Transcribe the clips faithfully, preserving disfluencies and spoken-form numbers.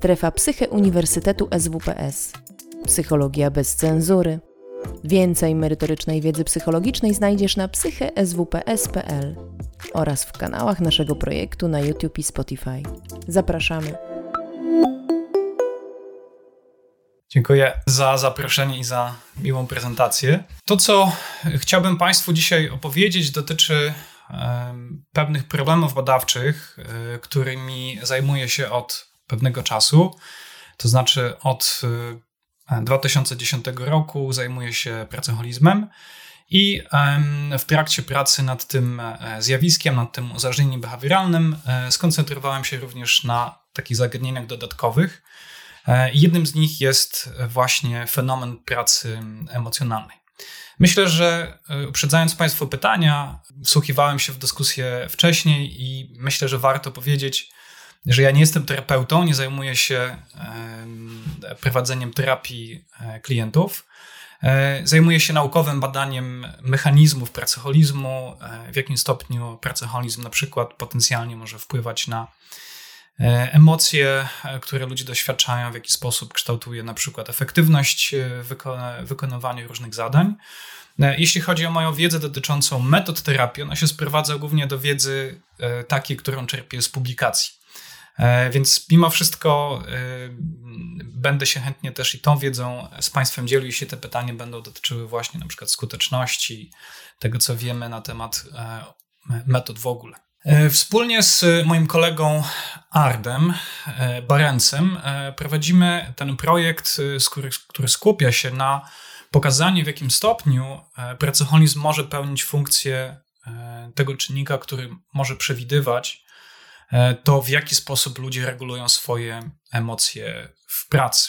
Strefa Psyche Uniwersytetu S W P S. Psychologia bez cenzury. Więcej merytorycznej wiedzy psychologicznej znajdziesz na psyche s w p s kropka p l oraz w kanałach naszego projektu na YouTube i Spotify. Zapraszamy. Dziękuję za zaproszenie i za miłą prezentację. To, co chciałbym Państwu dzisiaj opowiedzieć, dotyczy um, pewnych problemów badawczych, y, którymi zajmuję się od pewnego czasu. To znaczy od y, dwa tysiące dziesiątego roku zajmuję się pracoholizmem i um, w trakcie pracy nad tym zjawiskiem, nad tym uzależnieniem behawioralnym y, skoncentrowałem się również na takich zagadnieniach dodatkowych. Jednym z nich jest właśnie fenomen pracy emocjonalnej. Myślę, że uprzedzając Państwu pytania, wsłuchiwałem się w dyskusję wcześniej i myślę, że warto powiedzieć, że ja nie jestem terapeutą, nie zajmuję się prowadzeniem terapii klientów. Zajmuję się naukowym badaniem mechanizmów pracoholizmu, w jakim stopniu pracoholizm na przykład potencjalnie może wpływać na emocje, które ludzie doświadczają, w jaki sposób kształtuje na przykład efektywność wykon- wykonywania różnych zadań. Jeśli chodzi o moją wiedzę dotyczącą metod terapii, ona się sprowadza głównie do wiedzy takiej, którą czerpię z publikacji. Więc mimo wszystko będę się chętnie też i tą wiedzą z Państwem dzielił, jeśli te pytania będą dotyczyły właśnie na przykład skuteczności, tego co wiemy na temat metod w ogóle. Wspólnie z moim kolegą Ardem Barencem prowadzimy ten projekt, który skupia się na pokazaniu, w jakim stopniu pracoholizm może pełnić funkcję tego czynnika, który może przewidywać to, w jaki sposób ludzie regulują swoje emocje w pracy.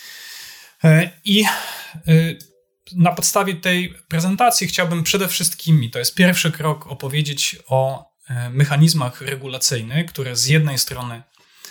I na podstawie tej prezentacji chciałbym przede wszystkim, i to jest pierwszy krok, opowiedzieć o mechanizmach regulacyjnych, które z jednej strony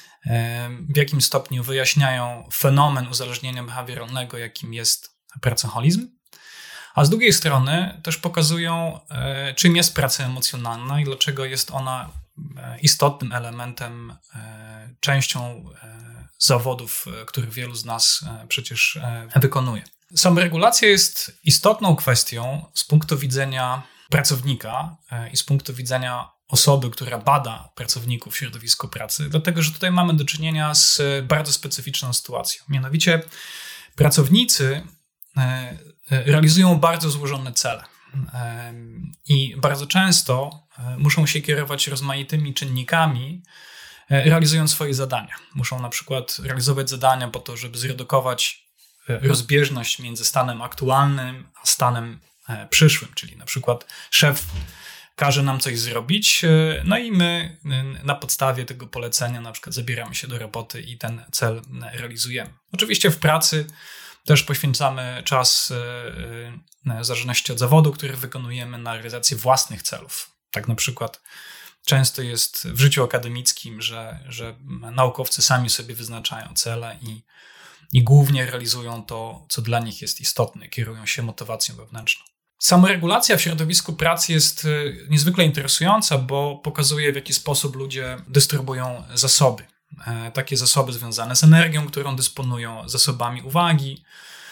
w jakim stopniu wyjaśniają fenomen uzależnienia behawioralnego, jakim jest pracoholizm, a z drugiej strony też pokazują, czym jest praca emocjonalna i dlaczego jest ona istotnym elementem, częścią zawodów, których wielu z nas przecież wykonuje. Samoregulacja jest istotną kwestią z punktu widzenia pracownika i z punktu widzenia osoby, która bada pracowników w środowisku pracy, dlatego że tutaj mamy do czynienia z bardzo specyficzną sytuacją. Mianowicie pracownicy realizują bardzo złożone cele i bardzo często muszą się kierować rozmaitymi czynnikami, realizując swoje zadania. Muszą na przykład realizować zadania po to, żeby zredukować rozbieżność między stanem aktualnym a stanem przyszłym, czyli na przykład szef każe nam coś zrobić, no i my na podstawie tego polecenia na przykład zabieramy się do roboty i ten cel realizujemy. Oczywiście w pracy też poświęcamy czas w zależności od zawodu, który wykonujemy, na realizację własnych celów. Tak na przykład często jest w życiu akademickim, że, że naukowcy sami sobie wyznaczają cele i, i głównie realizują to, co dla nich jest istotne, kierują się motywacją wewnętrzną. Samoregulacja w środowisku pracy jest niezwykle interesująca, bo pokazuje, w jaki sposób ludzie dystrybuują zasoby. Takie zasoby związane z energią, którą dysponują, zasobami uwagi.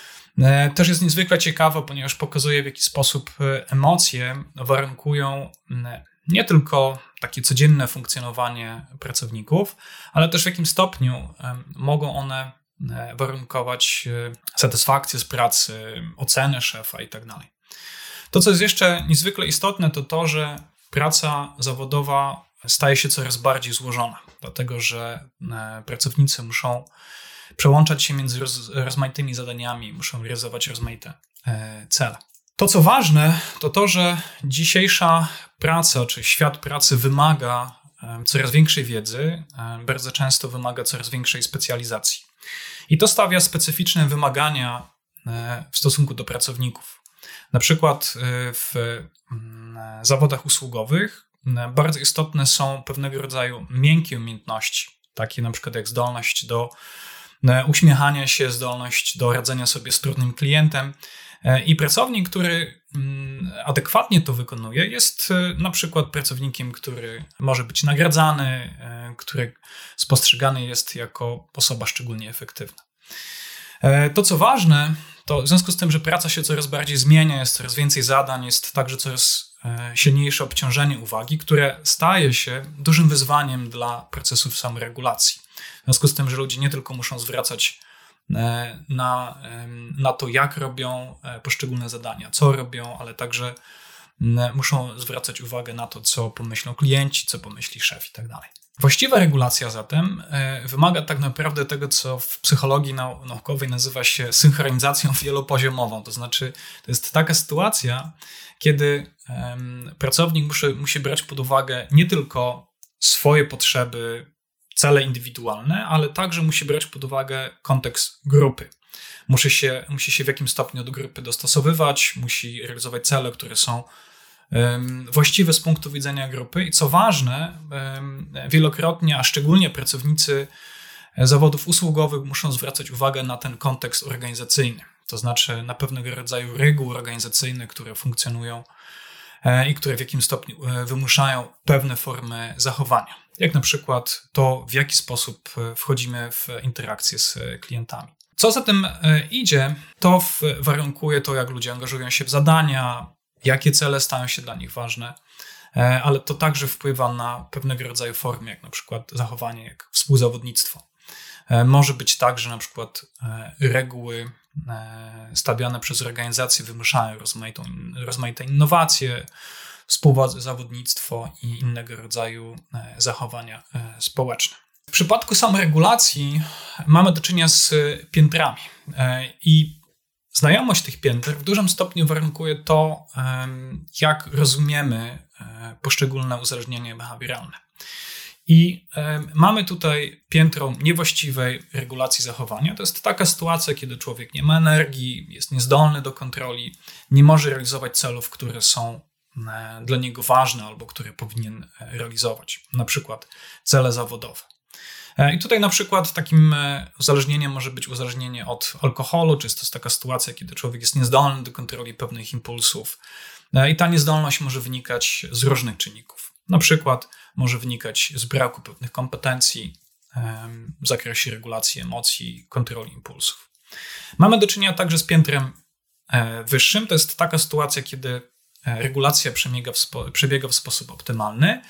Też jest niezwykle ciekawa, ponieważ pokazuje, w jaki sposób emocje warunkują nie tylko takie codzienne funkcjonowanie pracowników, ale też w jakim stopniu mogą one warunkować satysfakcję z pracy, ocenę szefa itd. To, co jest jeszcze niezwykle istotne, to to, że praca zawodowa staje się coraz bardziej złożona, dlatego że pracownicy muszą przełączać się między roz, rozmaitymi zadaniami, muszą realizować rozmaite cele. To, co ważne, to to, że dzisiejsza praca, czy świat pracy wymaga coraz większej wiedzy, bardzo często wymaga coraz większej specjalizacji. I to stawia specyficzne wymagania w stosunku do pracowników. Na przykład w zawodach usługowych bardzo istotne są pewnego rodzaju miękkie umiejętności, takie na przykład jak zdolność do uśmiechania się, zdolność do radzenia sobie z trudnym klientem. I pracownik, który adekwatnie to wykonuje, jest na przykład pracownikiem, który może być nagradzany, który spostrzegany jest jako osoba szczególnie efektywna. To, co ważne, to w związku z tym, że praca się coraz bardziej zmienia, jest coraz więcej zadań, jest także coraz silniejsze obciążenie uwagi, które staje się dużym wyzwaniem dla procesów samoregulacji. W związku z tym, że ludzie nie tylko muszą zwracać na, na to, jak robią poszczególne zadania, co robią, ale także muszą zwracać uwagę na to, co pomyślą klienci, co pomyśli szef i tak dalej. Właściwa regulacja zatem wymaga tak naprawdę tego, co w psychologii nau- naukowej nazywa się synchronizacją wielopoziomową. To znaczy, to jest taka sytuacja, kiedy um, pracownik musi, musi brać pod uwagę nie tylko swoje potrzeby, cele indywidualne, ale także musi brać pod uwagę kontekst grupy. Musi się, musi się w jakimś stopniu do grupy dostosowywać, musi realizować cele, które są właściwe z punktu widzenia grupy i co ważne, wielokrotnie, a szczególnie pracownicy zawodów usługowych muszą zwracać uwagę na ten kontekst organizacyjny, to znaczy na pewnego rodzaju reguły organizacyjne, które funkcjonują i które w jakimś stopniu wymuszają pewne formy zachowania, jak na przykład to, w jaki sposób wchodzimy w interakcje z klientami. Co za tym idzie, to warunkuje to, jak ludzie angażują się w zadania, jakie cele stają się dla nich ważne, ale to także wpływa na pewnego rodzaju formy, jak na przykład zachowanie, jak współzawodnictwo. Może być tak, że na przykład reguły stawiane przez organizacje wymuszają rozmaitą, rozmaite innowacje, współzawodnictwo i innego rodzaju zachowania społeczne. W przypadku samoregulacji mamy do czynienia z piętrami i znajomość tych pięter w dużym stopniu warunkuje to, jak rozumiemy poszczególne uzależnienie behawioralne. I mamy tutaj piętro niewłaściwej regulacji zachowania. To jest taka sytuacja, kiedy człowiek nie ma energii, jest niezdolny do kontroli, nie może realizować celów, które są dla niego ważne albo które powinien realizować, na przykład cele zawodowe. I tutaj na przykład takim uzależnieniem może być uzależnienie od alkoholu, czy jest to taka sytuacja, kiedy człowiek jest niezdolny do kontroli pewnych impulsów i ta niezdolność może wynikać z różnych czynników. Na przykład może wynikać z braku pewnych kompetencji w zakresie regulacji emocji, kontroli impulsów. Mamy do czynienia także z piętrem wyższym. To jest taka sytuacja, kiedy regulacja przebiega w, spo, przebiega w sposób optymalny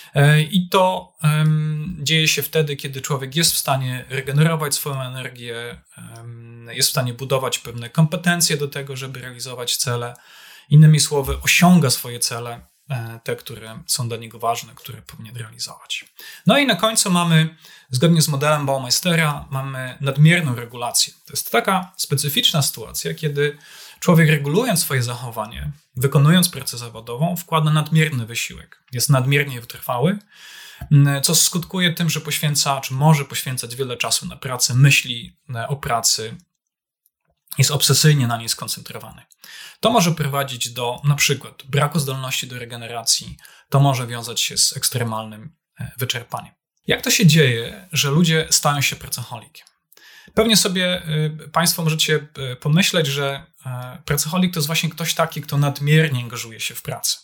i to um, dzieje się wtedy, kiedy człowiek jest w stanie regenerować swoją energię, um, jest w stanie budować pewne kompetencje do tego, żeby realizować cele. Innymi słowy, osiąga swoje cele, te, które są dla niego ważne, które powinien realizować. No i na końcu mamy, zgodnie z modelem Baumeistera, mamy nadmierną regulację. To jest taka specyficzna sytuacja, kiedy człowiek, regulując swoje zachowanie, wykonując pracę zawodową, wkłada nadmierny wysiłek. Jest nadmiernie wytrwały, co skutkuje tym, że poświęca, czy może poświęcać wiele czasu na pracę, myśli o pracy, jest obsesyjnie na niej skoncentrowany. To może prowadzić do na przykład braku zdolności do regeneracji, to może wiązać się z ekstremalnym wyczerpaniem. Jak to się dzieje, że ludzie stają się pracoholikiem? Pewnie sobie Państwo możecie pomyśleć, że pracoholik to jest właśnie ktoś taki, kto nadmiernie angażuje się w pracę.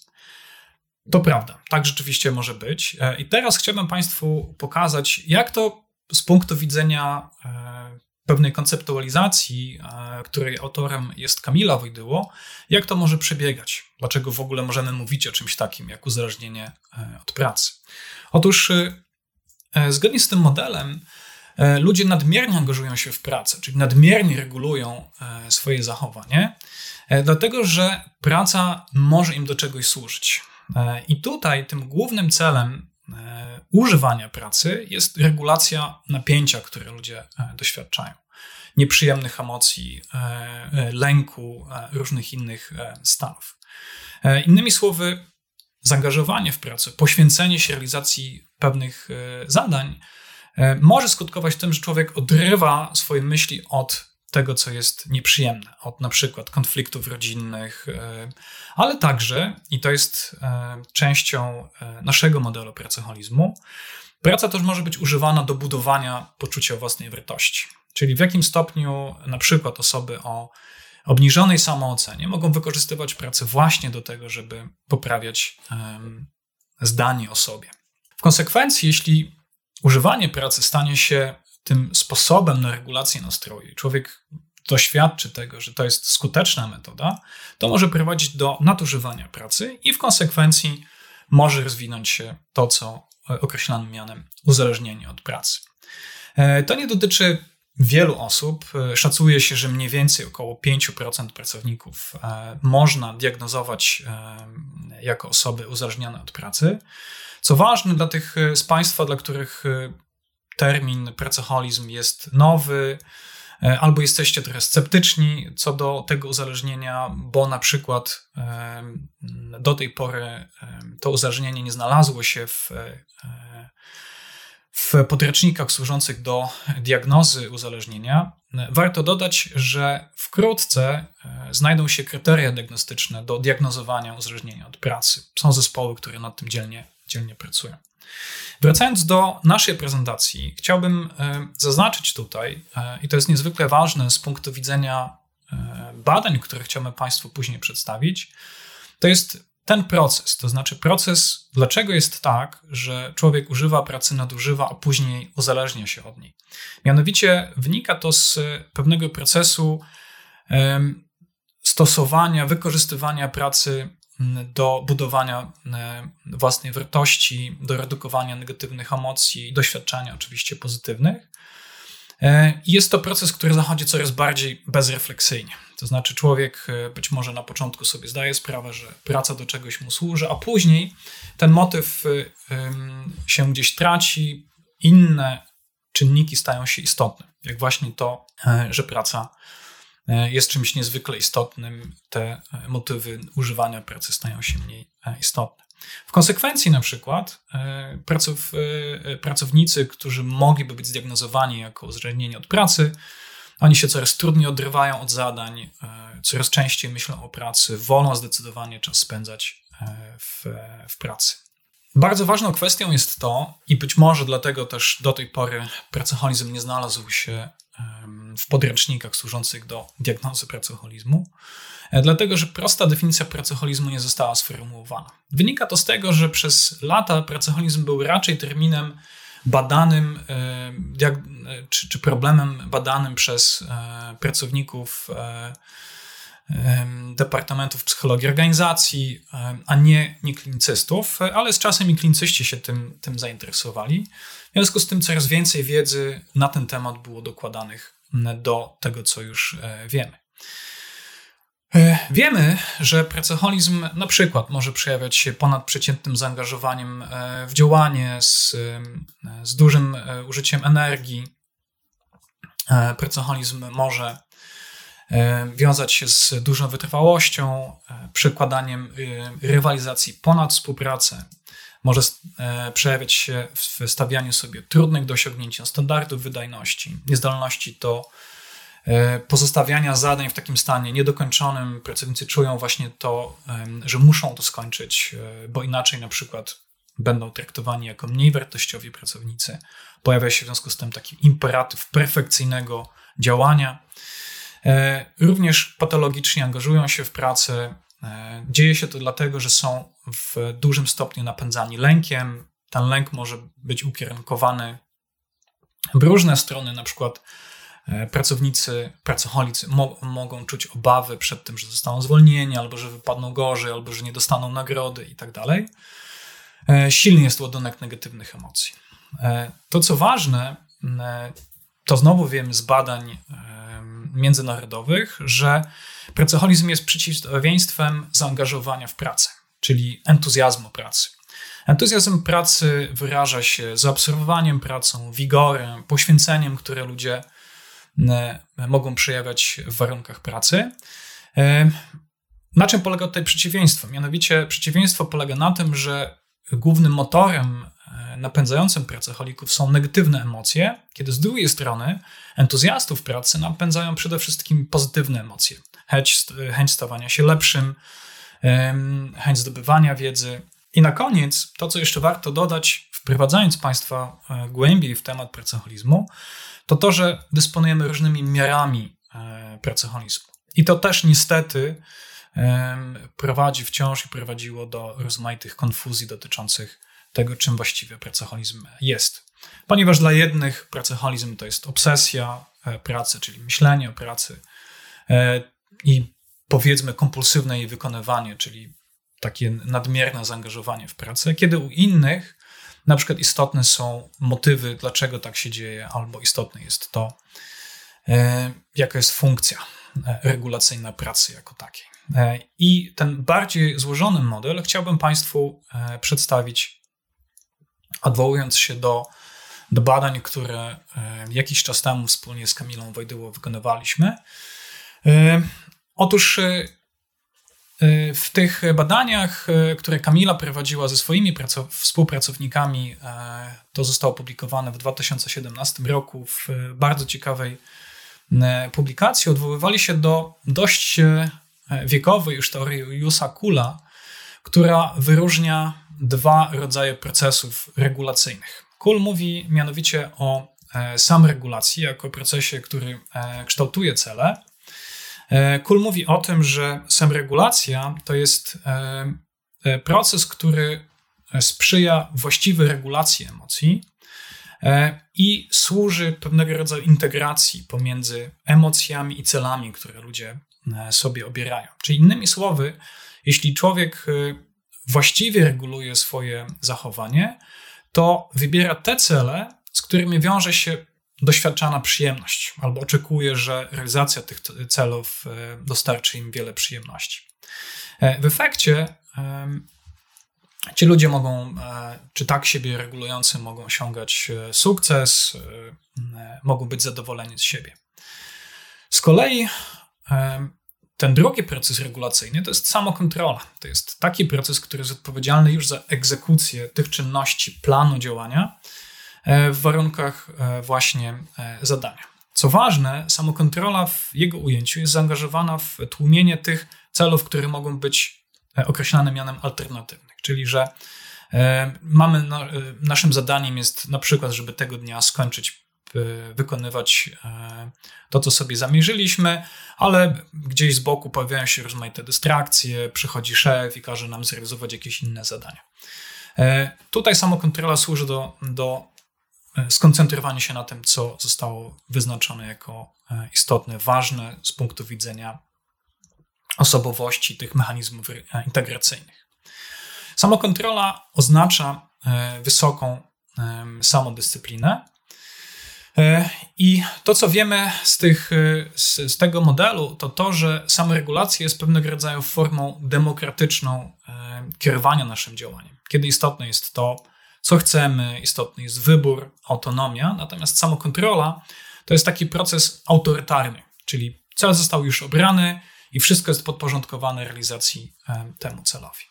To prawda, tak rzeczywiście może być. I teraz chciałbym Państwu pokazać, jak to z punktu widzenia pewnej konceptualizacji, której autorem jest Kamila Wojdyło, jak to może przebiegać? Dlaczego w ogóle możemy mówić o czymś takim jak uzależnienie od pracy? Otóż zgodnie z tym modelem ludzie nadmiernie angażują się w pracę, czyli nadmiernie regulują swoje zachowanie, dlatego że praca może im do czegoś służyć. I tutaj tym głównym celem używania pracy jest regulacja napięcia, które ludzie doświadczają. Nieprzyjemnych emocji, lęku, różnych innych stanów. Innymi słowy, zaangażowanie w pracę, poświęcenie się realizacji pewnych zadań może skutkować tym, że człowiek odrywa swoje myśli od tego, co jest nieprzyjemne, od na przykład konfliktów rodzinnych, ale także, i to jest częścią naszego modelu pracoholizmu, praca też może być używana do budowania poczucia własnej wartości. Czyli w jakim stopniu na przykład osoby o obniżonej samoocenie mogą wykorzystywać pracę właśnie do tego, żeby poprawiać zdanie o sobie. W konsekwencji, jeśli używanie pracy stanie się tym sposobem na regulację nastroju i człowiek doświadczy tego, że to jest skuteczna metoda, to może prowadzić do nadużywania pracy i w konsekwencji może rozwinąć się to, co określamy mianem uzależnienie od pracy. To nie dotyczy wielu osób. Szacuje się, że mniej więcej około pięć procent pracowników można diagnozować jako osoby uzależnione od pracy. Co ważne dla tych z Państwa, dla których termin pracoholizm jest nowy, albo jesteście trochę sceptyczni co do tego uzależnienia, bo na przykład do tej pory to uzależnienie nie znalazło się w, w podręcznikach służących do diagnozy uzależnienia. Warto dodać, że wkrótce znajdą się kryteria diagnostyczne do diagnozowania uzależnienia od pracy. Są zespoły, które nad tym dzielnie, dzielnie pracują. Wracając do naszej prezentacji, chciałbym zaznaczyć tutaj, i to jest niezwykle ważne z punktu widzenia badań, które chciałbym Państwu później przedstawić, to jest ten proces, to znaczy proces, dlaczego jest tak, że człowiek używa pracy, nadużywa, a później uzależnia się od niej. Mianowicie wynika to z pewnego procesu stosowania, wykorzystywania pracy do budowania własnej wartości, do redukowania negatywnych emocji, doświadczania oczywiście pozytywnych. Jest to proces, który zachodzi coraz bardziej bezrefleksyjnie. To znaczy człowiek być może na początku sobie zdaje sprawę, że praca do czegoś mu służy, a później ten motyw się gdzieś traci, inne czynniki stają się istotne, jak właśnie to, że praca jest czymś niezwykle istotnym, te motywy używania pracy stają się mniej istotne. W konsekwencji na przykład pracow, pracownicy, którzy mogliby być zdiagnozowani jako uzależnieni od pracy, oni się coraz trudniej odrywają od zadań, coraz częściej myślą o pracy, wolą zdecydowanie czas spędzać w, w pracy. Bardzo ważną kwestią jest to, i być może dlatego też do tej pory pracoholizm nie znalazł się w podręcznikach służących do diagnozy pracoholizmu, dlatego że prosta definicja pracoholizmu nie została sformułowana. Wynika to z tego, że przez lata pracoholizm był raczej terminem badanym czy, czy problemem badanym przez pracowników departamentów psychologii organizacji, a nie, nie klinicystów, ale z czasem i klinicyści się tym, tym zainteresowali. W związku z tym coraz więcej wiedzy na ten temat było dokładanych do tego, co już wiemy. Wiemy, że pracoholizm na przykład może przejawiać się ponadprzeciętnym zaangażowaniem w działanie, z, z dużym użyciem energii. Pracoholizm może wiązać się z dużą wytrwałością, przekładaniem rywalizacji ponad współpracę. Może przejawiać się w stawianiu sobie trudnych do osiągnięcia standardów wydajności, niezdolności do pozostawiania zadań w takim stanie niedokończonym. Pracownicy czują właśnie to, że muszą to skończyć, bo inaczej na przykład będą traktowani jako mniej wartościowi pracownicy. Pojawia się w związku z tym taki imperatyw perfekcyjnego działania. Również patologicznie angażują się w pracę. Dzieje się to dlatego, że są w dużym stopniu napędzani lękiem. Ten lęk może być ukierunkowany w różne strony, na przykład pracownicy, pracoholicy mo- mogą czuć obawy przed tym, że zostaną zwolnieni, albo że wypadną gorzej, albo że nie dostaną nagrody i tak dalej. Silny jest ładunek negatywnych emocji. To, co ważne, to znowu wiemy z badań międzynarodowych, że pracoholizm jest przeciwieństwem zaangażowania w pracę, czyli entuzjazmu pracy. Entuzjazm pracy wyraża się zaobserwowaniem pracą, wigorem, poświęceniem, które ludzie mogą przejawiać w warunkach pracy. Na czym polega tutaj przeciwieństwo? Mianowicie przeciwieństwo polega na tym, że głównym motorem napędzającym pracoholików są negatywne emocje, kiedy z drugiej strony entuzjastów pracy napędzają przede wszystkim pozytywne emocje. Chęć, chęć stawania się lepszym, chęć zdobywania wiedzy. I na koniec to, co jeszcze warto dodać, wprowadzając Państwa głębiej w temat pracoholizmu, to to, że dysponujemy różnymi miarami pracoholizmu. I to też niestety prowadzi wciąż i prowadziło do rozmaitych konfuzji dotyczących tego, czym właściwie pracoholizm jest. Ponieważ dla jednych pracoholizm to jest obsesja pracy, czyli myślenie o pracy i powiedzmy kompulsywne jej wykonywanie, czyli takie nadmierne zaangażowanie w pracę, kiedy u innych na przykład istotne są motywy, dlaczego tak się dzieje, albo istotne jest to, jaka jest funkcja regulacyjna pracy jako takiej. I ten bardziej złożony model chciałbym Państwu przedstawić, odwołując się do, do badań, które jakiś czas temu wspólnie z Kamilą Wojdyłą wykonywaliśmy. Otóż w tych badaniach, które Kamila prowadziła ze swoimi współpracownikami, to zostało opublikowane w dwa tysiące siedemnastym roku w bardzo ciekawej publikacji, odwoływali się do dość wiekowej już teorii Jusa Kulla, która wyróżnia dwa rodzaje procesów regulacyjnych. Kull mówi mianowicie o samregulacji jako procesie, który kształtuje cele. Kull mówi o tym, że samregulacja to jest proces, który sprzyja właściwej regulacji emocji i służy pewnego rodzaju integracji pomiędzy emocjami i celami, które ludzie sobie obierają. Czyli innymi słowy, jeśli człowiek właściwie reguluje swoje zachowanie, to wybiera te cele, z którymi wiąże się doświadczana przyjemność, albo oczekuje, że realizacja tych celów dostarczy im wiele przyjemności. W efekcie ci ludzie mogą, czy tak siebie regulujący, mogą osiągać sukces, mogą być zadowoleni z siebie. Z kolei ten drugi proces regulacyjny to jest samokontrola. To jest taki proces, który jest odpowiedzialny już za egzekucję tych czynności, planu działania w warunkach właśnie zadania. Co ważne, samokontrola w jego ujęciu jest zaangażowana w tłumienie tych celów, które mogą być określane mianem alternatywnych. Czyli, że mamy, naszym zadaniem jest na przykład, żeby tego dnia skończyć wykonywać to, co sobie zamierzyliśmy, ale gdzieś z boku pojawiają się rozmaite dystrakcje, przychodzi szef i każe nam zrealizować jakieś inne zadania. Tutaj samokontrola służy do, do skoncentrowania się na tym, co zostało wyznaczone jako istotne, ważne z punktu widzenia osobowości tych mechanizmów integracyjnych. Samokontrola oznacza wysoką samodyscyplinę i to, co wiemy z, tych, z, z tego modelu, to to, że samoregulacja jest pewnego rodzaju formą demokratyczną kierowania naszym działaniem. Kiedy istotne jest to, co chcemy, istotny jest wybór, autonomia, natomiast samokontrola to jest taki proces autorytarny, czyli cel został już obrany i wszystko jest podporządkowane realizacji temu celowi.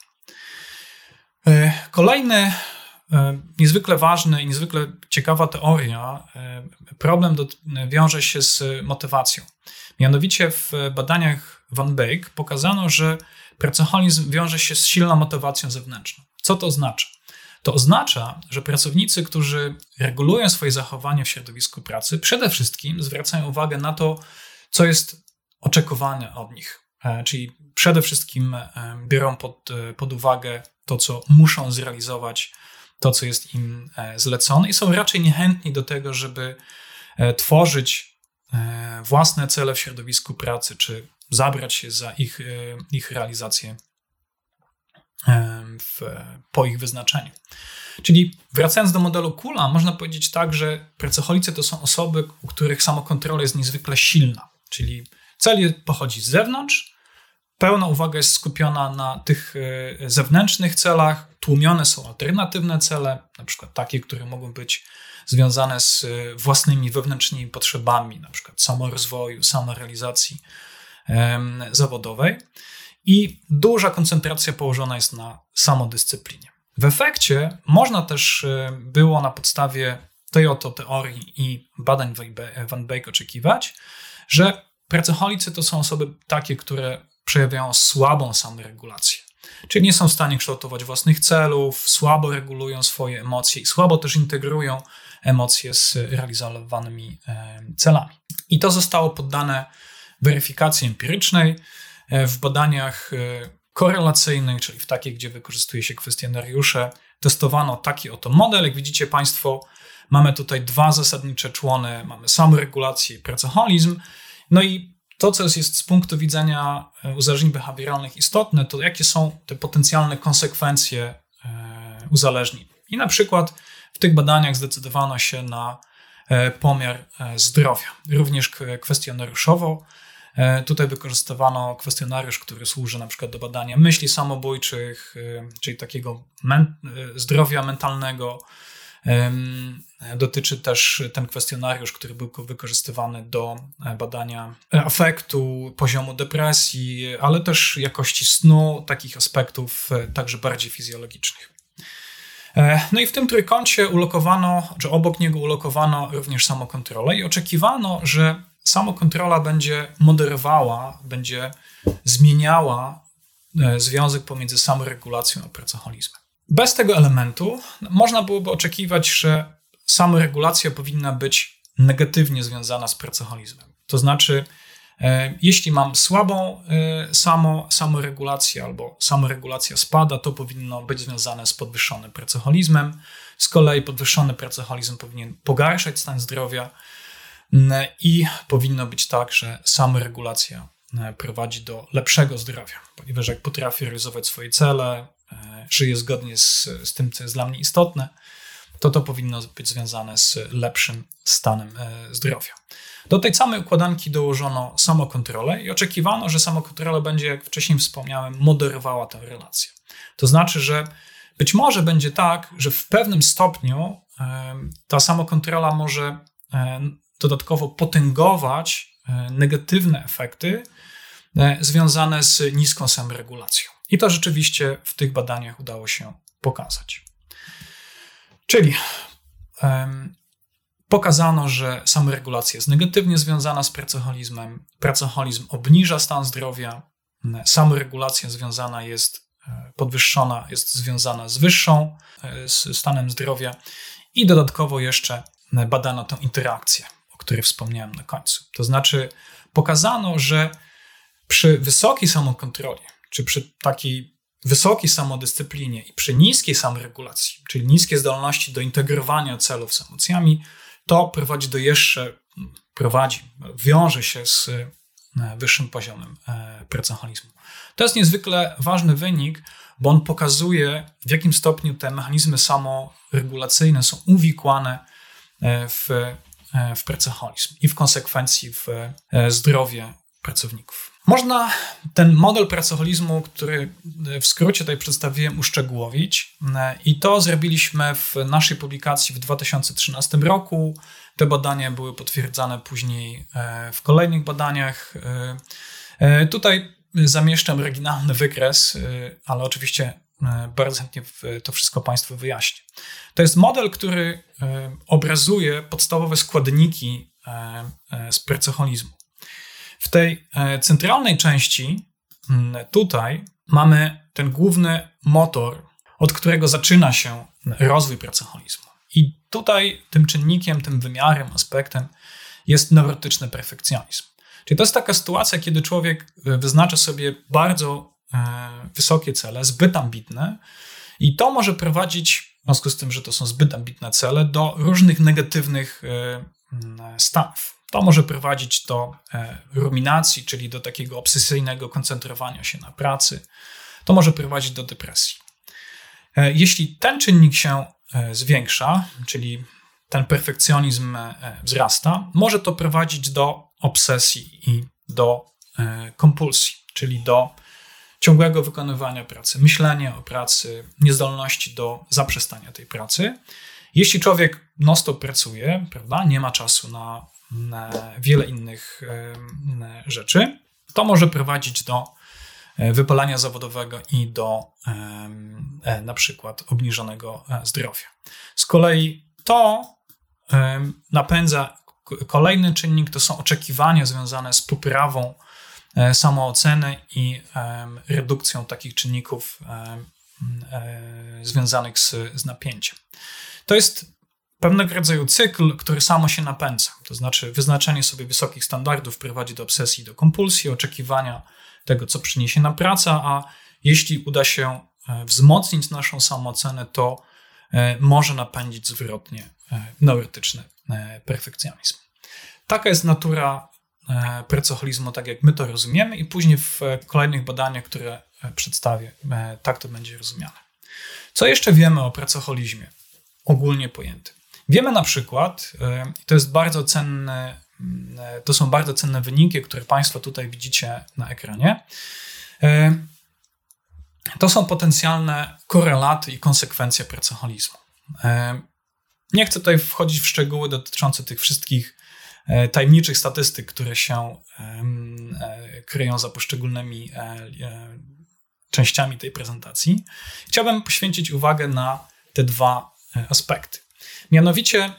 Kolejny niezwykle ważny i niezwykle ciekawa teoria, problem do, wiąże się z motywacją. Mianowicie w badaniach Van Beek pokazano, że pracoholizm wiąże się z silną motywacją zewnętrzną. Co to oznacza? To oznacza, że pracownicy, którzy regulują swoje zachowanie w środowisku pracy, przede wszystkim zwracają uwagę na to, co jest oczekiwane od nich. Czyli przede wszystkim biorą pod, pod uwagę to, co muszą zrealizować, to, co jest im zlecone i są raczej niechętni do tego, żeby tworzyć własne cele w środowisku pracy, czy zabrać się za ich, ich realizację w, po ich wyznaczeniu. Czyli wracając do modelu Kulla, można powiedzieć tak, że pracocholicy to są osoby, u których samokontrola jest niezwykle silna, czyli cel pochodzi z zewnątrz, pełna uwaga jest skupiona na tych zewnętrznych celach, tłumione są alternatywne cele, na przykład takie, które mogą być związane z własnymi wewnętrznymi potrzebami, na przykład samorozwoju, samorealizacji um, zawodowej i duża koncentracja położona jest na samodyscyplinie. W efekcie można też było na podstawie tej oto teorii i badań Van Beek oczekiwać, że pracocholicy to są osoby takie, które przejawiają słabą samoregulację. Czyli nie są w stanie kształtować własnych celów, słabo regulują swoje emocje i słabo też integrują emocje z realizowanymi celami. I to zostało poddane weryfikacji empirycznej w badaniach korelacyjnych, czyli w takich, gdzie wykorzystuje się kwestionariusze. Testowano taki oto model. Jak widzicie Państwo, Mamy tutaj dwa zasadnicze człony, mamy samoregulację i pracoholizm. No i to, co jest z punktu widzenia uzależnień behawioralnych istotne, to jakie są te potencjalne konsekwencje uzależnień. I na przykład w tych badaniach zdecydowano się na pomiar zdrowia, również kwestionariuszowo. Tutaj wykorzystywano kwestionariusz, który służy na przykład do badania myśli samobójczych, czyli takiego men- zdrowia mentalnego. Dotyczy też ten kwestionariusz, który był wykorzystywany do badania afektu, poziomu depresji, ale też jakości snu, takich aspektów także bardziej fizjologicznych. No i w tym trójkącie ulokowano, czy obok niego ulokowano również samokontrolę i oczekiwano, że samokontrola będzie moderowała, będzie zmieniała związek pomiędzy samoregulacją a pracoholizmem. Bez tego elementu można byłoby oczekiwać, że samoregulacja powinna być negatywnie związana z pracoholizmem. To znaczy, e, jeśli mam słabą e, samo, samoregulację albo samoregulacja spada, to powinno być związane z podwyższonym pracoholizmem. Z kolei podwyższony pracoholizm powinien pogarszać stan zdrowia e, i powinno być tak, że samoregulacja e, prowadzi do lepszego zdrowia, ponieważ jak potrafię realizować swoje cele, żyję zgodnie z, z tym, co jest dla mnie istotne, to to powinno być związane z lepszym stanem zdrowia. Do tej samej układanki dołożono samokontrolę i oczekiwano, że samokontrola będzie, jak wcześniej wspomniałem, moderowała tę relację. To znaczy, że być może będzie tak, że w pewnym stopniu ta samokontrola może dodatkowo potęgować negatywne efekty związane z niską samoregulacją. I to rzeczywiście w tych badaniach udało się pokazać. Czyli um, pokazano, że samoregulacja jest negatywnie związana z pracoholizmem, pracoholizm obniża stan zdrowia, samoregulacja związana jest, podwyższona jest związana z wyższą z stanem zdrowia i dodatkowo jeszcze badano tę interakcję, o której wspomniałem na końcu. To znaczy pokazano, że przy wysokiej samokontroli, czy przy takiej wysokiej samodyscyplinie i przy niskiej samoregulacji, czyli niskiej zdolności do integrowania celów z emocjami, to prowadzi do jeszcze, prowadzi, wiąże się z wyższym poziomem pracoholizmu. To jest niezwykle ważny wynik, bo on pokazuje, w jakim stopniu te mechanizmy samoregulacyjne są uwikłane w, w pracoholizm i w konsekwencji w zdrowie pracowników. Można ten model pracoholizmu, który w skrócie tutaj przedstawiłem, uszczegółowić i to zrobiliśmy w naszej publikacji w dwa tysiące trzynastym roku. Te badania były potwierdzane później w kolejnych badaniach. Tutaj zamieszczam oryginalny wykres, ale oczywiście bardzo chętnie to wszystko Państwu wyjaśnię. To jest model, który obrazuje podstawowe składniki z pracoholizmu. W tej centralnej części tutaj mamy ten główny motor, od którego zaczyna się rozwój pracoholizmu. I tutaj tym czynnikiem, tym wymiarem, aspektem jest neurotyczny perfekcjonizm. Czyli to jest taka sytuacja, kiedy człowiek wyznacza sobie bardzo wysokie cele, zbyt ambitne i to może prowadzić, w związku z tym, że to są zbyt ambitne cele, do różnych negatywnych stanów. To może prowadzić do ruminacji, czyli do takiego obsesyjnego koncentrowania się na pracy. To może prowadzić do depresji. Jeśli ten czynnik się zwiększa, czyli ten perfekcjonizm wzrasta, może to prowadzić do obsesji i do kompulsji, czyli do ciągłego wykonywania pracy, myślenia o pracy, niezdolności do zaprzestania tej pracy. Jeśli człowiek non-stop pracuje, prawda, nie ma czasu na, na wiele innych e, rzeczy, to może prowadzić do wypalenia zawodowego i do e, na przykład obniżonego zdrowia. Z kolei to e, napędza kolejny czynnik, to są oczekiwania związane z poprawą e, samooceny i e, redukcją takich czynników e, e, związanych z, z napięciem. To jest pewnego rodzaju cykl, który samo się napędza. To znaczy wyznaczenie sobie wysokich standardów prowadzi do obsesji, do kompulsji, oczekiwania tego, co przyniesie nam praca, a jeśli uda się wzmocnić naszą samoocenę, to może napędzić zwrotnie neurotyczny perfekcjonizm. Taka jest natura pracoholizmu, tak jak my to rozumiemy, i później w kolejnych badaniach, które przedstawię, tak to będzie rozumiane. Co jeszcze wiemy o pracoholizmie ogólnie pojętym? Wiemy na przykład, i to jest bardzo cenne, to są bardzo cenne wyniki, które Państwo tutaj widzicie na ekranie. To są potencjalne korelaty i konsekwencje pracoholizmu. Nie chcę tutaj wchodzić w szczegóły dotyczące tych wszystkich tajemniczych statystyk, które się kryją za poszczególnymi częściami tej prezentacji. Chciałbym poświęcić uwagę na te dwa aspekty. Mianowicie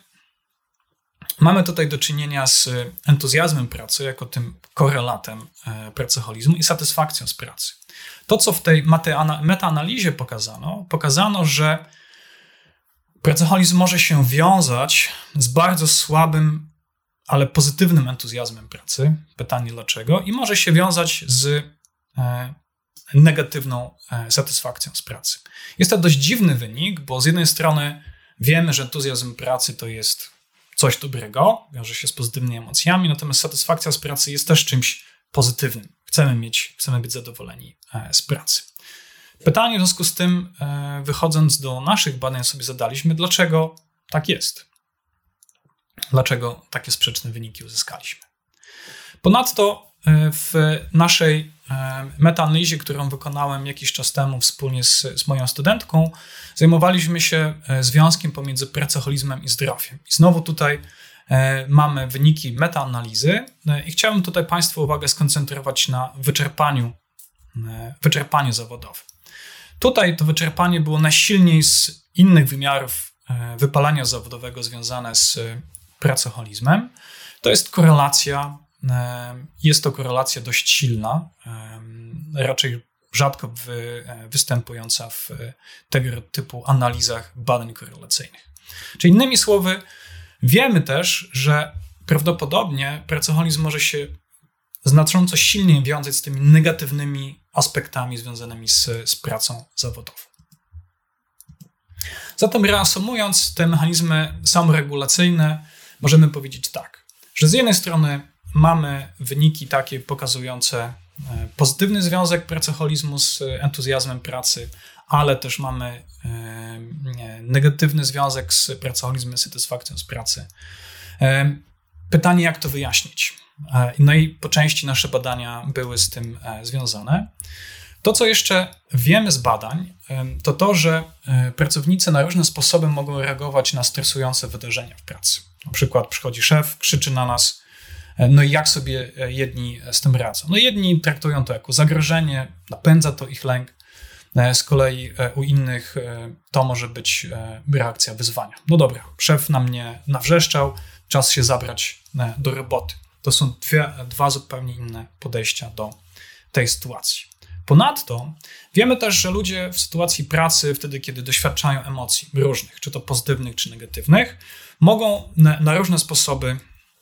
mamy tutaj do czynienia z entuzjazmem pracy jako tym korelatem pracoholizmu i satysfakcją z pracy. To, co w tej metaanalizie pokazano, pokazano, że pracoholizm może się wiązać z bardzo słabym, ale pozytywnym entuzjazmem pracy. Pytanie dlaczego? I może się wiązać z negatywną satysfakcją z pracy. Jest to dość dziwny wynik, bo z jednej strony wiemy, że entuzjazm pracy to jest coś dobrego, wiąże się z pozytywnymi emocjami, natomiast satysfakcja z pracy jest też czymś pozytywnym. Chcemy mieć, chcemy być zadowoleni z pracy. Pytanie w związku z tym, wychodząc do naszych badań, sobie zadaliśmy, dlaczego tak jest. Dlaczego takie sprzeczne wyniki uzyskaliśmy. Ponadto w naszej metaanalizie, którą wykonałem jakiś czas temu wspólnie z, z moją studentką, zajmowaliśmy się związkiem pomiędzy pracoholizmem i zdrowiem. I znowu tutaj mamy wyniki metaanalizy i chciałbym tutaj Państwa uwagę skoncentrować na wyczerpaniu, wyczerpaniu zawodowym. Tutaj to wyczerpanie było najsilniej z innych wymiarów wypalenia zawodowego związane z pracoholizmem. To jest korelacja, jest to korelacja dość silna, raczej rzadko wy, występująca w tego typu analizach badań korelacyjnych. Czyli innymi słowy, wiemy też, że prawdopodobnie pracoholizm może się znacząco silniej wiązać z tymi negatywnymi aspektami związanymi z, z pracą zawodową. Zatem reasumując te mechanizmy samoregulacyjne, możemy powiedzieć tak, że z jednej strony mamy wyniki takie pokazujące pozytywny związek pracoholizmu z entuzjazmem pracy, ale też mamy negatywny związek z pracoholizmem, satysfakcją z pracy. Pytanie, jak to wyjaśnić? No i po części nasze badania były z tym związane. To, co jeszcze wiemy z badań, to to, że pracownicy na różne sposoby mogą reagować na stresujące wydarzenia w pracy. Na przykład przychodzi szef, krzyczy na nas, no i jak sobie jedni z tym radzą? No jedni traktują to jako zagrożenie, napędza to ich lęk, z kolei u innych to może być reakcja wyzwania. No dobra, szef na mnie nawrzeszczał, czas się zabrać do roboty. To są dwie, dwa zupełnie inne podejścia do tej sytuacji. Ponadto wiemy też, że ludzie w sytuacji pracy, wtedy kiedy doświadczają emocji różnych, czy to pozytywnych, czy negatywnych, mogą na, na różne sposoby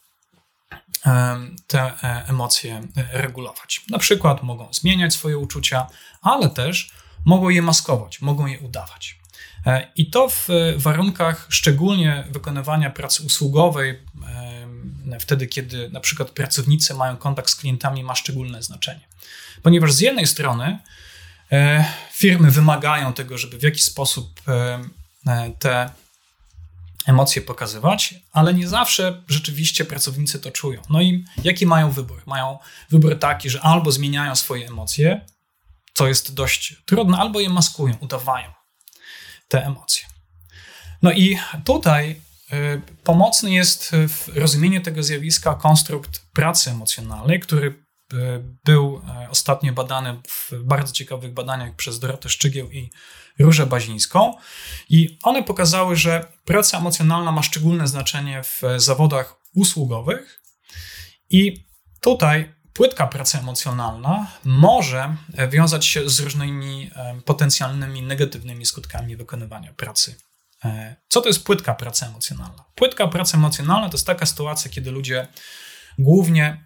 te emocje regulować. Na przykład mogą zmieniać swoje uczucia, ale też mogą je maskować, mogą je udawać. I to w warunkach szczególnie wykonywania pracy usługowej, wtedy kiedy na przykład pracownicy mają kontakt z klientami, ma szczególne znaczenie. Ponieważ z jednej strony firmy wymagają tego, żeby w jakiś sposób te emocje pokazywać, ale nie zawsze rzeczywiście pracownicy to czują. No i jaki mają wybór? Mają wybór taki, że albo zmieniają swoje emocje, co jest dość trudne, albo je maskują, udawają te emocje. No i tutaj y, pomocny jest w rozumieniu tego zjawiska konstrukt pracy emocjonalnej, który y, był y, ostatnio badany w bardzo ciekawych badaniach przez Dorotę Szczygieł i Różę Bazińską. I one pokazały, że praca emocjonalna ma szczególne znaczenie w zawodach usługowych i tutaj płytka praca emocjonalna może wiązać się z różnymi potencjalnymi negatywnymi skutkami wykonywania pracy. Co to jest płytka praca emocjonalna? Płytka praca emocjonalna to jest taka sytuacja, kiedy ludzie głównie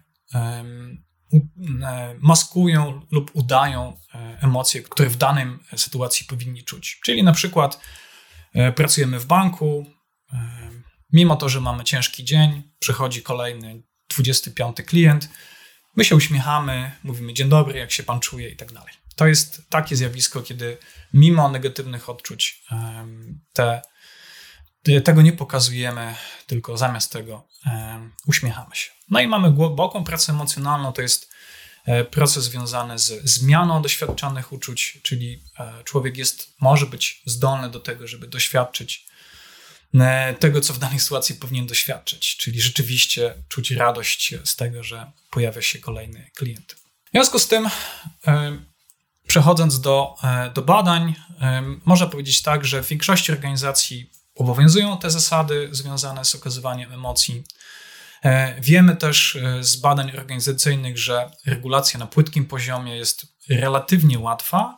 maskują lub udają emocje, które w danej sytuacji powinni czuć. Czyli na przykład pracujemy w banku, Mimo to, że mamy ciężki dzień, przychodzi kolejny dwudziesty piąty klient, my się uśmiechamy, mówimy dzień dobry, jak się pan czuje i tak dalej. To jest takie zjawisko, kiedy mimo negatywnych odczuć te, tego nie pokazujemy, tylko zamiast tego uśmiechamy się. No i mamy głęboką pracę emocjonalną, to jest proces związany z zmianą doświadczanych uczuć, czyli człowiek jest, może być zdolny do tego, żeby doświadczyć tego, co w danej sytuacji powinien doświadczyć, czyli rzeczywiście czuć radość z tego, że pojawia się kolejny klient. W związku z tym, przechodząc do, do badań, można powiedzieć tak, że w większości organizacji obowiązują te zasady związane z okazywaniem emocji. Wiemy też z badań organizacyjnych, że regulacja na płytkim poziomie jest relatywnie łatwa,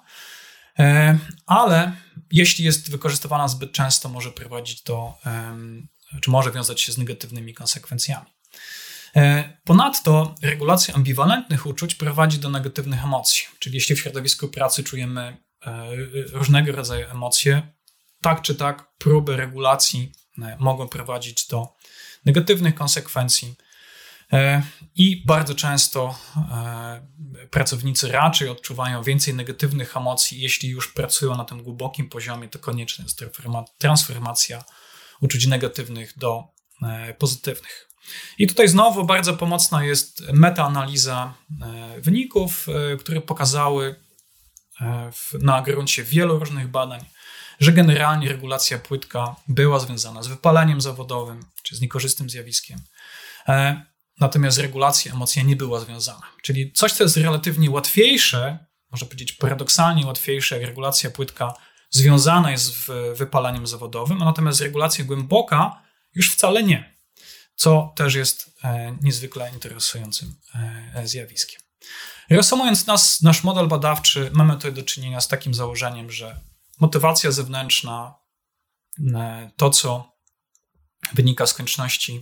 ale jeśli jest wykorzystywana zbyt często, może prowadzić do, czy może wiązać się z negatywnymi konsekwencjami. Ponadto regulacja ambiwalentnych uczuć prowadzi do negatywnych emocji, czyli jeśli w środowisku pracy czujemy różnego rodzaju emocje, tak czy tak próby regulacji mogą prowadzić do negatywnych konsekwencji i bardzo często pracownicy raczej odczuwają więcej negatywnych emocji. Jeśli już pracują na tym głębokim poziomie, to konieczna jest transformacja uczuć negatywnych do pozytywnych. I tutaj znowu bardzo pomocna jest metaanaliza wyników, które pokazały na gruncie wielu różnych badań, że generalnie regulacja płytka była związana z wypaleniem zawodowym czy z niekorzystnym zjawiskiem. Natomiast regulacja emocji nie była związana. Czyli coś, co jest relatywnie łatwiejsze, można powiedzieć paradoksalnie łatwiejsze, jak regulacja płytka związana jest z wypaleniem zawodowym, a natomiast regulacja głęboka już wcale nie, co też jest niezwykle interesującym zjawiskiem. Reasumując nas, nasz model badawczy, mamy tutaj do czynienia z takim założeniem, że motywacja zewnętrzna, to co wynika z konieczności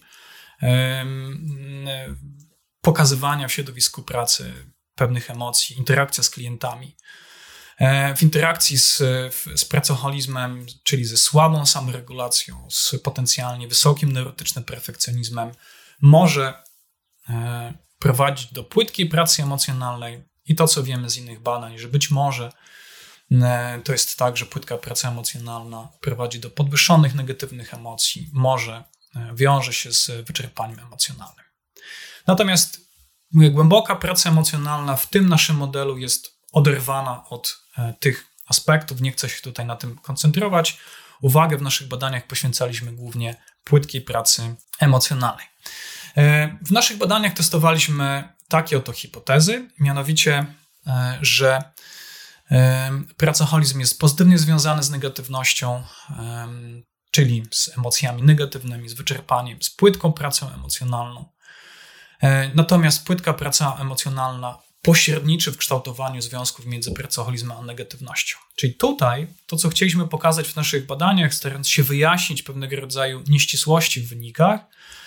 pokazywania w środowisku pracy pewnych emocji, interakcja z klientami, w interakcji z, z pracoholizmem, czyli ze słabą samoregulacją, z potencjalnie wysokim neurotycznym perfekcjonizmem, może prowadzić do płytkiej pracy emocjonalnej i to, co wiemy z innych badań, że być może to jest tak, że płytka praca emocjonalna prowadzi do podwyższonych negatywnych emocji, może wiąże się z wyczerpaniem emocjonalnym. Natomiast głęboka praca emocjonalna w tym naszym modelu jest oderwana od tych aspektów. Nie chcę się tutaj na tym koncentrować. Uwagę w naszych badaniach poświęcaliśmy głównie płytkiej pracy emocjonalnej. W naszych badaniach testowaliśmy takie oto hipotezy, mianowicie, że pracoholizm jest pozytywnie związany z negatywnością, czyli z emocjami negatywnymi, z wyczerpaniem, z płytką pracą emocjonalną. Natomiast płytka praca emocjonalna pośredniczy w kształtowaniu związków między pracoholizmem a negatywnością. Czyli tutaj to, co chcieliśmy pokazać w naszych badaniach, starając się wyjaśnić pewnego rodzaju nieścisłości w wynikach,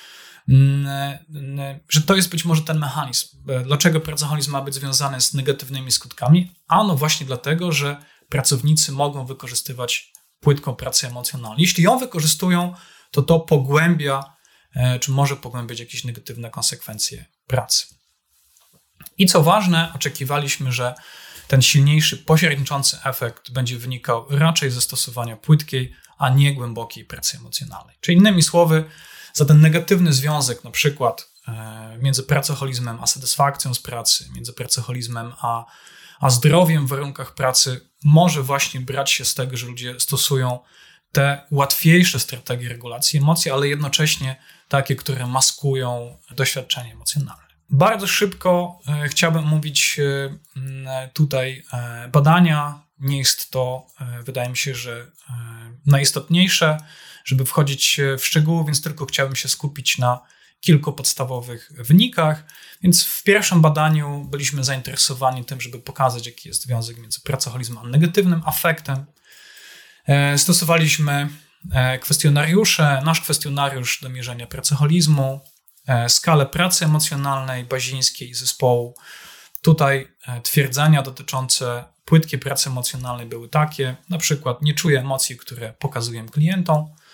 że to jest być może ten mechanizm. Dlaczego pracoholizm ma być związany z negatywnymi skutkami? Ano właśnie dlatego, że pracownicy mogą wykorzystywać płytką pracę emocjonalną. Jeśli ją wykorzystują, to to pogłębia, czy może pogłębiać jakieś negatywne konsekwencje pracy. I co ważne, oczekiwaliśmy, że ten silniejszy, pośredniczący efekt będzie wynikał raczej ze stosowania płytkiej, a nie głębokiej pracy emocjonalnej. Czyli innymi słowy, za ten negatywny związek, na przykład między pracoholizmem a satysfakcją z pracy, między pracoholizmem a, a zdrowiem w warunkach pracy, może właśnie brać się z tego, że ludzie stosują te łatwiejsze strategie regulacji emocji, ale jednocześnie takie, które maskują doświadczenie emocjonalne. Bardzo szybko e, chciałbym mówić e, tutaj e, badania. Nie jest to, e, wydaje mi się, że e, najistotniejsze, żeby wchodzić w szczegóły, więc tylko chciałbym się skupić na kilku podstawowych wynikach. Więc w pierwszym badaniu byliśmy zainteresowani tym, żeby pokazać, jaki jest związek między pracoholizmem a negatywnym afektem. E, stosowaliśmy e, kwestionariusze, nasz kwestionariusz do mierzenia pracoholizmu, skalę pracy emocjonalnej Bazińskiej zespołu. Tutaj twierdzenia dotyczące płytkiej pracy emocjonalnej były takie, na przykład nie czuję emocji, które pokazuję klientom.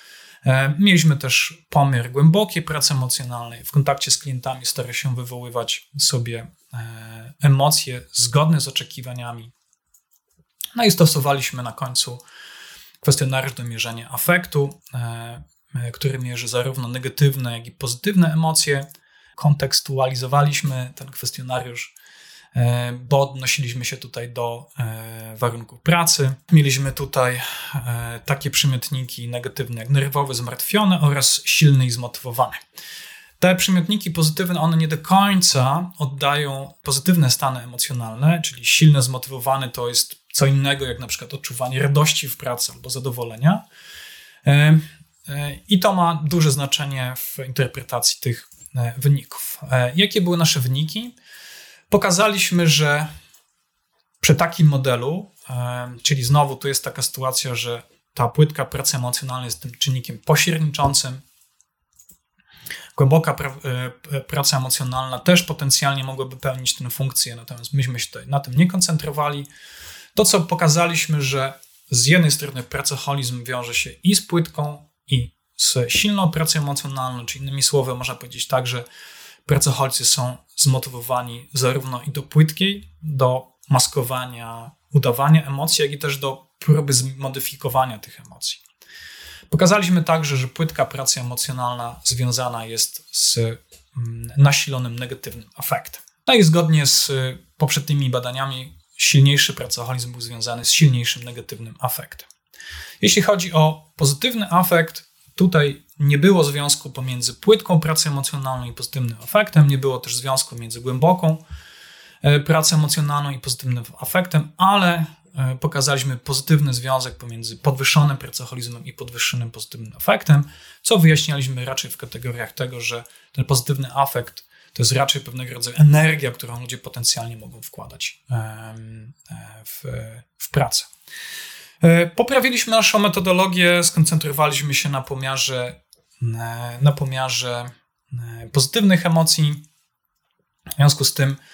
Mieliśmy też pomiar głębokiej pracy emocjonalnej. W kontakcie z klientami stara się wywoływać sobie emocje zgodne z oczekiwaniami. No i stosowaliśmy na końcu kwestionariusz do mierzenia afektu, który mierzy zarówno negatywne, jak i pozytywne emocje. Kontekstualizowaliśmy ten kwestionariusz, bo odnosiliśmy się tutaj do warunków pracy. Mieliśmy tutaj takie przymiotniki negatywne jak nerwowy, zmartwiony oraz silny i zmotywowany. Te przymiotniki pozytywne, one nie do końca oddają pozytywne stany emocjonalne, czyli silny, zmotywowany to jest co innego jak na przykład odczuwanie radości w pracy albo zadowolenia. I to ma duże znaczenie w interpretacji tych wyników. Jakie były nasze wyniki? Pokazaliśmy, że przy takim modelu, czyli znowu tu jest taka sytuacja, że ta płytka pracy emocjonalnej jest tym czynnikiem pośredniczącym. Głęboka pra- praca emocjonalna też potencjalnie mogłaby pełnić tę funkcję, natomiast myśmy się tutaj na tym nie koncentrowali. To, co pokazaliśmy, że z jednej strony pracoholizm wiąże się i z płytką, i z silną pracą emocjonalną, czy innymi słowy można powiedzieć tak, że pracoholcy są zmotywowani zarówno i do płytkiej, do maskowania, udawania emocji, jak i też do próby zmodyfikowania tych emocji. Pokazaliśmy także, że płytka praca emocjonalna związana jest z nasilonym negatywnym afektem. No i zgodnie z poprzednimi badaniami silniejszy pracoholizm był związany z silniejszym negatywnym afektem. Jeśli chodzi o pozytywny afekt, tutaj nie było związku pomiędzy płytką pracą emocjonalną i pozytywnym afektem, nie było też związku między głęboką pracą emocjonalną i pozytywnym afektem, ale pokazaliśmy pozytywny związek pomiędzy podwyższonym pracoholizmem i podwyższonym pozytywnym afektem, co wyjaśnialiśmy raczej w kategoriach tego, że ten pozytywny afekt to jest raczej pewnego rodzaju energia, którą ludzie potencjalnie mogą wkładać w, w pracę. Poprawiliśmy naszą metodologię, skoncentrowaliśmy się na pomiarze, na pomiarze pozytywnych emocji. W związku z tym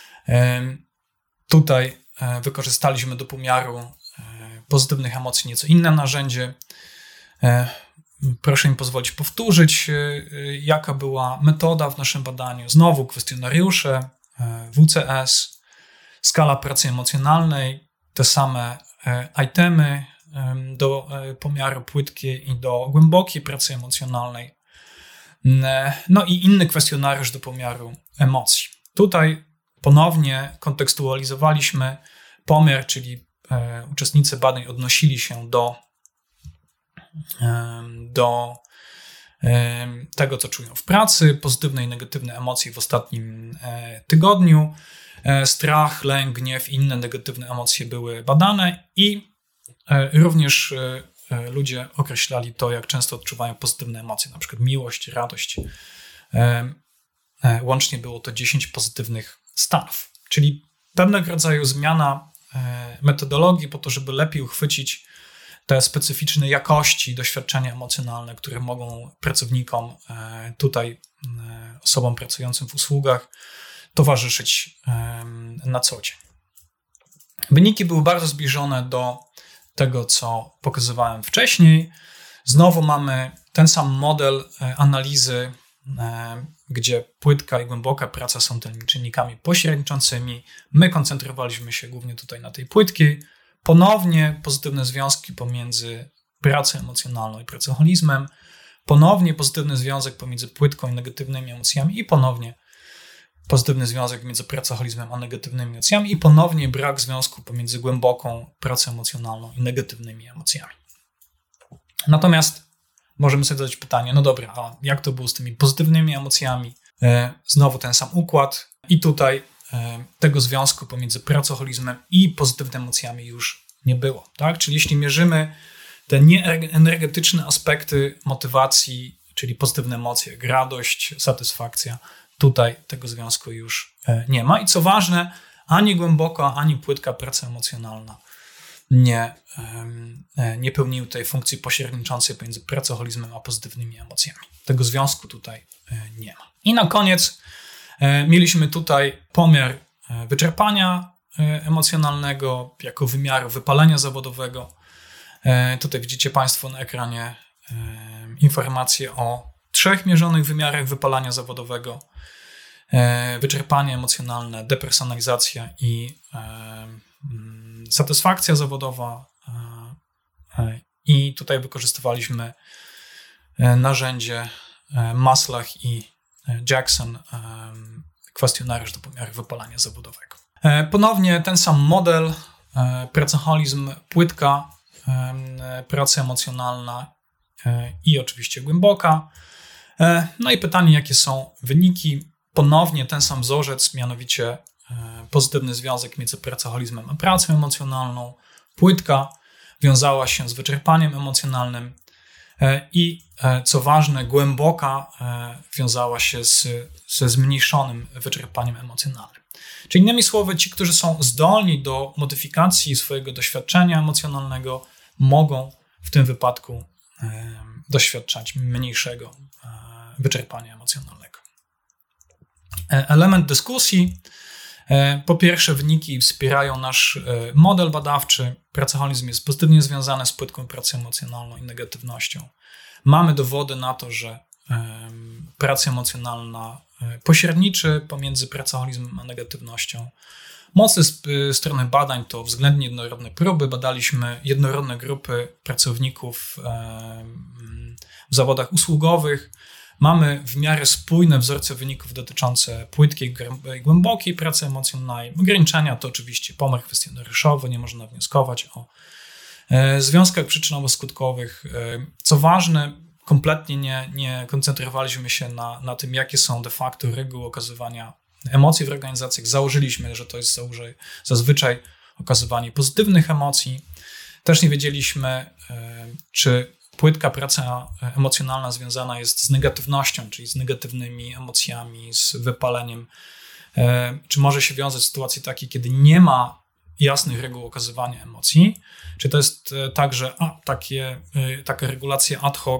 tutaj wykorzystaliśmy do pomiaru pozytywnych emocji nieco inne narzędzie. Proszę mi pozwolić powtórzyć, jaka była metoda w naszym badaniu. Znowu kwestionariusze, W C S, skala pracy emocjonalnej, te same itemy do pomiaru płytkiej i do głębokiej pracy emocjonalnej. No i inny kwestionariusz do pomiaru emocji. Tutaj ponownie kontekstualizowaliśmy pomiar, czyli uczestnicy badań odnosili się do, do tego, co czują w pracy, pozytywne i negatywne emocje w ostatnim tygodniu. Strach, lęk, gniew i inne negatywne emocje były badane i również ludzie określali to, jak często odczuwają pozytywne emocje, na przykład miłość, radość. Łącznie było to dziesięć pozytywnych stanów, czyli pewnego rodzaju zmiana metodologii po to, żeby lepiej uchwycić te specyficzne jakości, doświadczenia emocjonalne, które mogą pracownikom, tutaj osobom pracującym w usługach, towarzyszyć na co dzień. Wyniki były bardzo zbliżone do tego, co pokazywałem wcześniej. Znowu mamy ten sam model analizy, gdzie płytka i głęboka praca są tymi czynnikami pośredniczącymi. My koncentrowaliśmy się głównie tutaj na tej płytkiej. Ponownie pozytywne związki pomiędzy pracą emocjonalną i pracoholizmem. Ponownie pozytywny związek pomiędzy płytką i negatywnymi emocjami i ponownie pozytywny związek między pracoholizmem a negatywnymi emocjami i ponownie brak związku pomiędzy głęboką pracą emocjonalną i negatywnymi emocjami. Natomiast możemy sobie zadać pytanie, no dobra, a jak to było z tymi pozytywnymi emocjami? Znowu ten sam układ i tutaj tego związku pomiędzy pracoholizmem i pozytywnymi emocjami już nie było. Tak? Czyli jeśli mierzymy te nieenergetyczne aspekty motywacji, czyli pozytywne emocje, jak radość, satysfakcja, tutaj tego związku już nie ma. I co ważne, ani głęboka, ani płytka praca emocjonalna nie, nie pełniły tej funkcji pośredniczącej pomiędzy pracoholizmem a pozytywnymi emocjami. Tego związku tutaj nie ma. I na koniec mieliśmy tutaj pomiar wyczerpania emocjonalnego jako wymiaru wypalenia zawodowego. Tutaj widzicie Państwo na ekranie informacje o trzech mierzonych wymiarach wypalania zawodowego: wyczerpanie emocjonalne, depersonalizacja i satysfakcja zawodowa. I tutaj wykorzystywaliśmy narzędzie Maslach i Jackson, kwestionariusz do pomiaru wypalania zawodowego. Ponownie ten sam model, pracoholizm, płytka, praca emocjonalna i oczywiście głęboka. No i pytanie, jakie są wyniki? Ponownie ten sam wzorzec, mianowicie pozytywny związek między pracoholizmem a pracą emocjonalną. Płytka wiązała się z wyczerpaniem emocjonalnym i, co ważne, głęboka wiązała się z, ze zmniejszonym wyczerpaniem emocjonalnym. Czyli innymi słowy, ci, którzy są zdolni do modyfikacji swojego doświadczenia emocjonalnego, mogą w tym wypadku doświadczać mniejszego wyczerpania emocjonalnego. Element dyskusji. Po pierwsze, wyniki wspierają nasz model badawczy. Pracoholizm jest pozytywnie związany z płytką pracy emocjonalną i negatywnością. Mamy dowody na to, że praca emocjonalna pośredniczy pomiędzy pracoholizmem a negatywnością. Mocne strony badań to względnie jednorodne próby. Badaliśmy jednorodne grupy pracowników w zawodach usługowych. Mamy w miarę spójne wzorce wyników dotyczące płytkiej i głębokiej pracy emocjonalnej. Ograniczenia to oczywiście pomiar kwestionariuszowy, nie można wnioskować o związkach przyczynowo-skutkowych. Co ważne, kompletnie nie, nie koncentrowaliśmy się na, na tym, jakie są de facto reguły okazywania emocji w organizacjach. Założyliśmy, że to jest zazwyczaj okazywanie pozytywnych emocji. Też nie wiedzieliśmy, czy płytka praca emocjonalna związana jest z negatywnością, czyli z negatywnymi emocjami, z wypaleniem. Czy może się wiązać w sytuacji takiej, kiedy nie ma jasnych reguł okazywania emocji? Czy to jest tak, że a, takie, taka regulacja ad hoc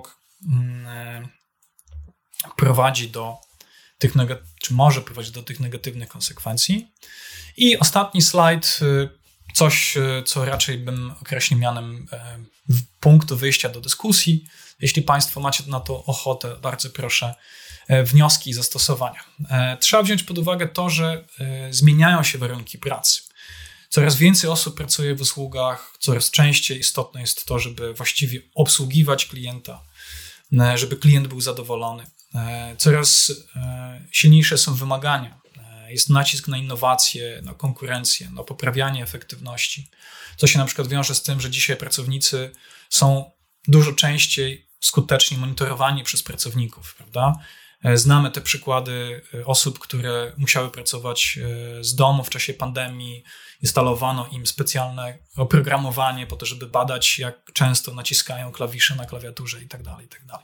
prowadzi do tych czy może prowadzić do tych negatywnych konsekwencji? I ostatni slajd, coś, co raczej bym określił mianem punktu wyjścia do dyskusji. Jeśli Państwo macie na to ochotę, bardzo proszę, wnioski i zastosowania. Trzeba wziąć pod uwagę to, że zmieniają się warunki pracy. Coraz więcej osób pracuje w usługach, coraz częściej istotne jest to, żeby właściwie obsługiwać klienta, żeby klient był zadowolony. Coraz silniejsze są wymagania. Jest nacisk na innowacje, na konkurencję, na poprawianie efektywności, co się na przykład wiąże z tym, że dzisiaj pracownicy są dużo częściej skutecznie monitorowani przez pracowników, prawda? Znamy te przykłady osób, które musiały pracować z domu w czasie pandemii. Instalowano im specjalne oprogramowanie po to, żeby badać, jak często naciskają klawisze na klawiaturze itd., itd.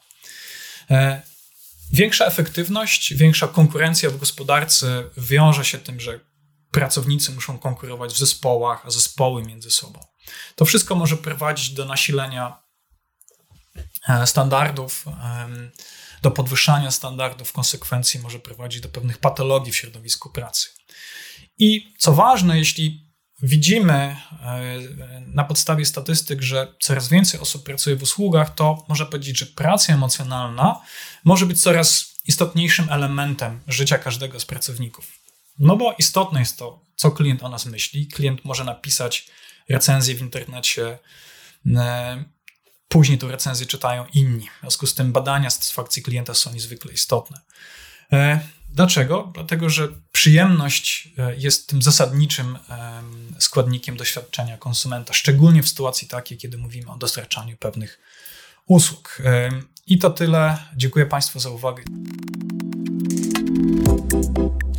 Większa efektywność, większa konkurencja w gospodarce wiąże się tym, że pracownicy muszą konkurować w zespołach, a zespoły między sobą. To wszystko może prowadzić do nasilenia standardów, do podwyższania standardów, w konsekwencji może prowadzić do pewnych patologii w środowisku pracy. I co ważne, jeśli widzimy na podstawie statystyk, że coraz więcej osób pracuje w usługach, to można powiedzieć, że praca emocjonalna może być coraz istotniejszym elementem życia każdego z pracowników. No bo istotne jest to, co klient o nas myśli. Klient może napisać recenzję w internecie, później tę recenzję czytają inni. W związku z tym badania satysfakcji klienta są niezwykle istotne. Dlaczego? Dlatego, że przyjemność jest tym zasadniczym składnikiem doświadczenia konsumenta, szczególnie w sytuacji takiej, kiedy mówimy o dostarczaniu pewnych usług. I to tyle. Dziękuję Państwu za uwagę.